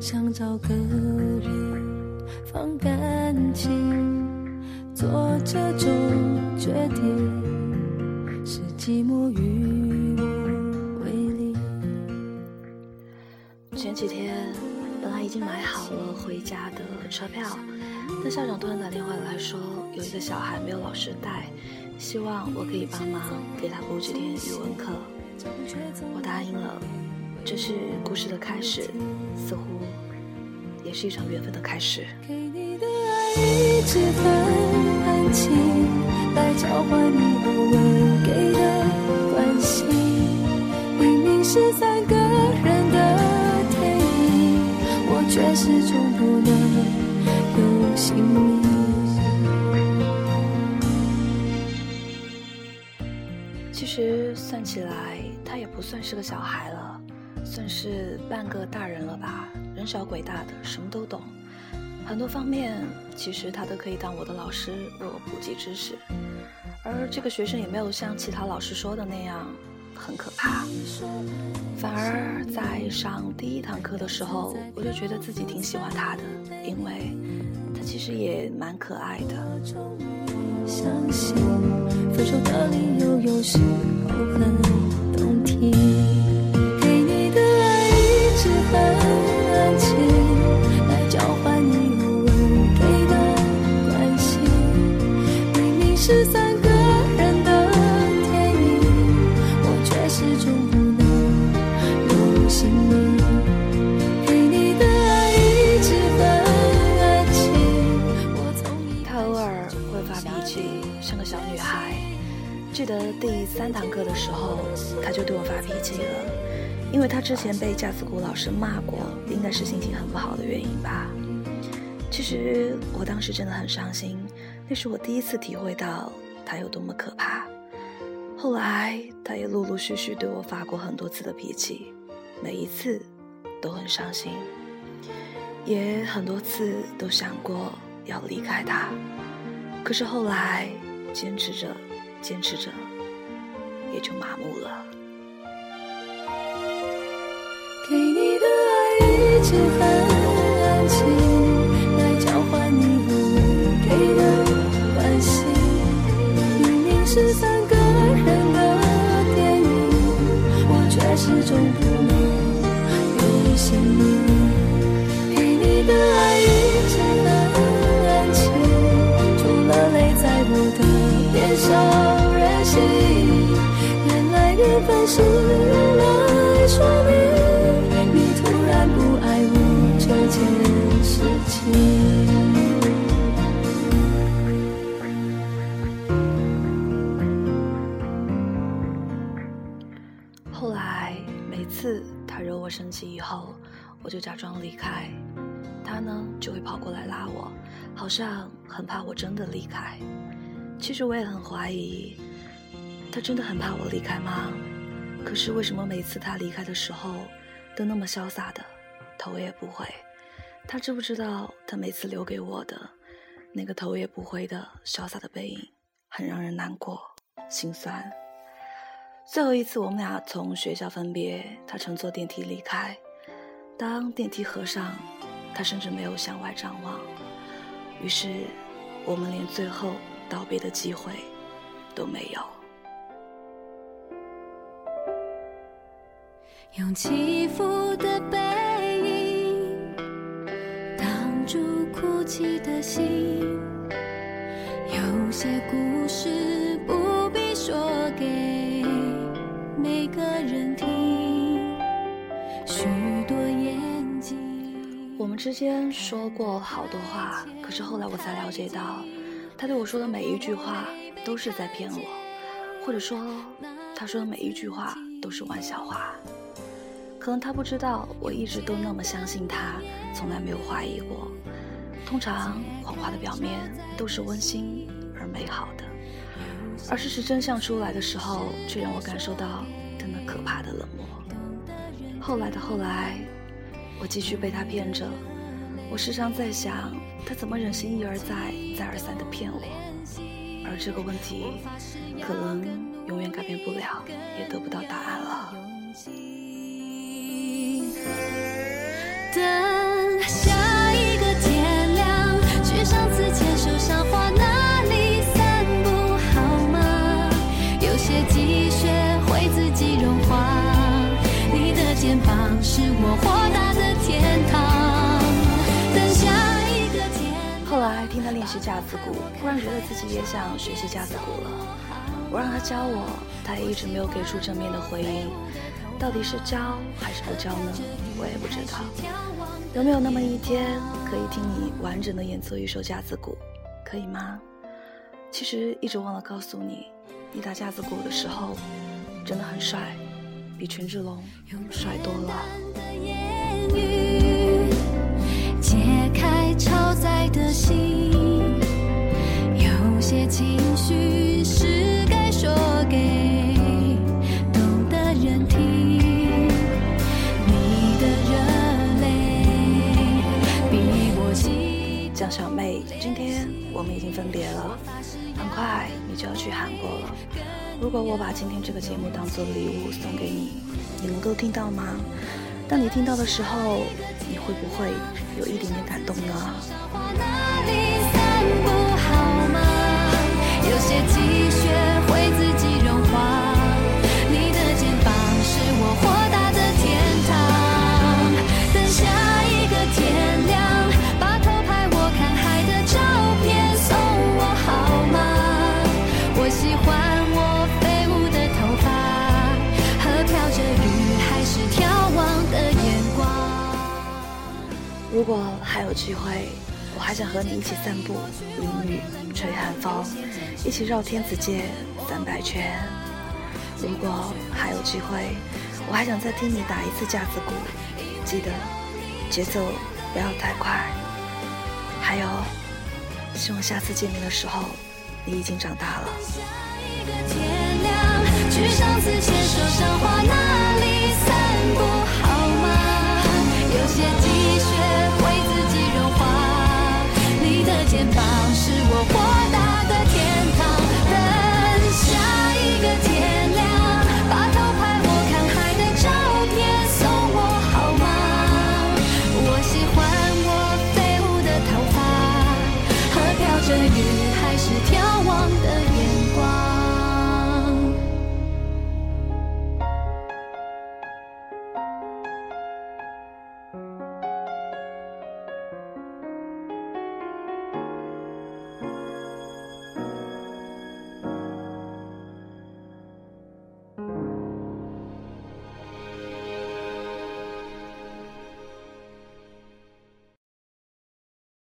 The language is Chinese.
想找个人放感情，做这种决定是寂寞与我为邻。 前几天本来已经买好了回家的车票，但校长突然打电话来说有一个小孩没有老师带，希望我可以帮忙给他补几天语文课。我答应了，这是故事的开始，似乎也是一场缘分的开始。 给你的爱一直很安静，来交换你偶尔给的关心。明明是三个人的电影，我却始终不能有姓名。 其实算起来他也不算是个小孩了，算是半个大人了吧，人小鬼大的，什么都懂。很多方面其实他都可以当我的老师，为我普及知识。而这个学生也没有像其他老师说的那样很可怕，反而在上第一堂课的时候，我就觉得自己挺喜欢他的，因为他其实也蛮可爱的。 相信分手的理由有时候很动听，给你的爱一直很安静，来交换你偶尔给的关心。明明是三个人的电影，我却始终不能有姓名。给你的爱一直很安静，我从他偶尔会发脾气，像个小女孩。记得第3堂课的时候，他就对我发脾气了，因为他之前被架子鼓老师骂过，应该是心情很不好的原因吧。其实我当时真的很伤心，那是我第一次体会到他有多么可怕。后来他也陆陆续续对我发过很多次的脾气，每一次都很伤心，也很多次都想过要离开他。可是后来坚持着也就麻木了。 给你的爱一直很安静，来交换你偶尔给的关心。明明是三个人的电影，我却始终不能有姓名。给你的爱一直很安静，除了泪在我的脸上任性。原来缘分是用来说明你突然不爱我这件事情。 后来每次他惹我生气以后，我就假装离开，他呢就会跑过来拉我，好像很怕我真的离开。其实我也很怀疑，他真的很怕我离开吗？可是为什么每次他离开的时候都那么潇洒的，头也不回？他知不知道他每次留给我的那个头也不回的潇洒的背影很让人难过心酸。最后一次我们俩从学校分别，他乘坐电梯离开，当电梯合上，他甚至没有向外张望，于是我们连最后道别的机会都没有。 用起伏的背影挡住哭泣的心，有些故事不必说给每个人听，许多眼睛。 我们之间说过好多话，可是后来我才了解到，他对我说的每一句话都是在骗我，或者说他说的每一句话都是玩笑话。可能他不知道，我一直都那么相信他，从来没有怀疑过。通常谎话的表面都是温馨而美好的，而事实真相出来的时候，却让我感受到他那可怕的冷漠。后来的后来，我继续被他骗着，我时常在想，他怎么忍心一而再再而三地骗我？而这个问题可能永远改变不了，也得不到答案了。 等习架子鼓，忽然觉得自己也想学习架子鼓了。我让他教我，他也一直没有给出正面的回应。到底是教还是不教呢？我也不知道。有没有那么一天，可以听你完整的演奏一首架子鼓，可以吗？其实一直忘了告诉你，你打架子鼓的时候真的很帅，比权志龙帅多了。 解开超载的心，有些情绪是该说给懂的人听。你的热泪比我急。 江小妹，今天我们已经分别了，很快你就要去韩国了。如果我把今天这个节目当做礼物送给你，你能够听到吗？当你听到的时候，你会不会有一点点感动呢？ 哪里散步好吗？有些积雪会自己融化，你的肩膀是我豁达的天堂。等下一个天亮，把偷拍我看海的照片送我好吗？我喜欢我飞舞的头发和飘着雨还是眺望的眼光。 如果还有机会，我还想和你一起散步，淋雨，吹寒风，一起绕天子街300圈。如果还有机会，我还想再听你打一次架子鼓，记得节奏不要太快。还有，希望下次见面的时候，你已经长大了。 下一个天亮，去上次牵手赏花那里散步好吗？有些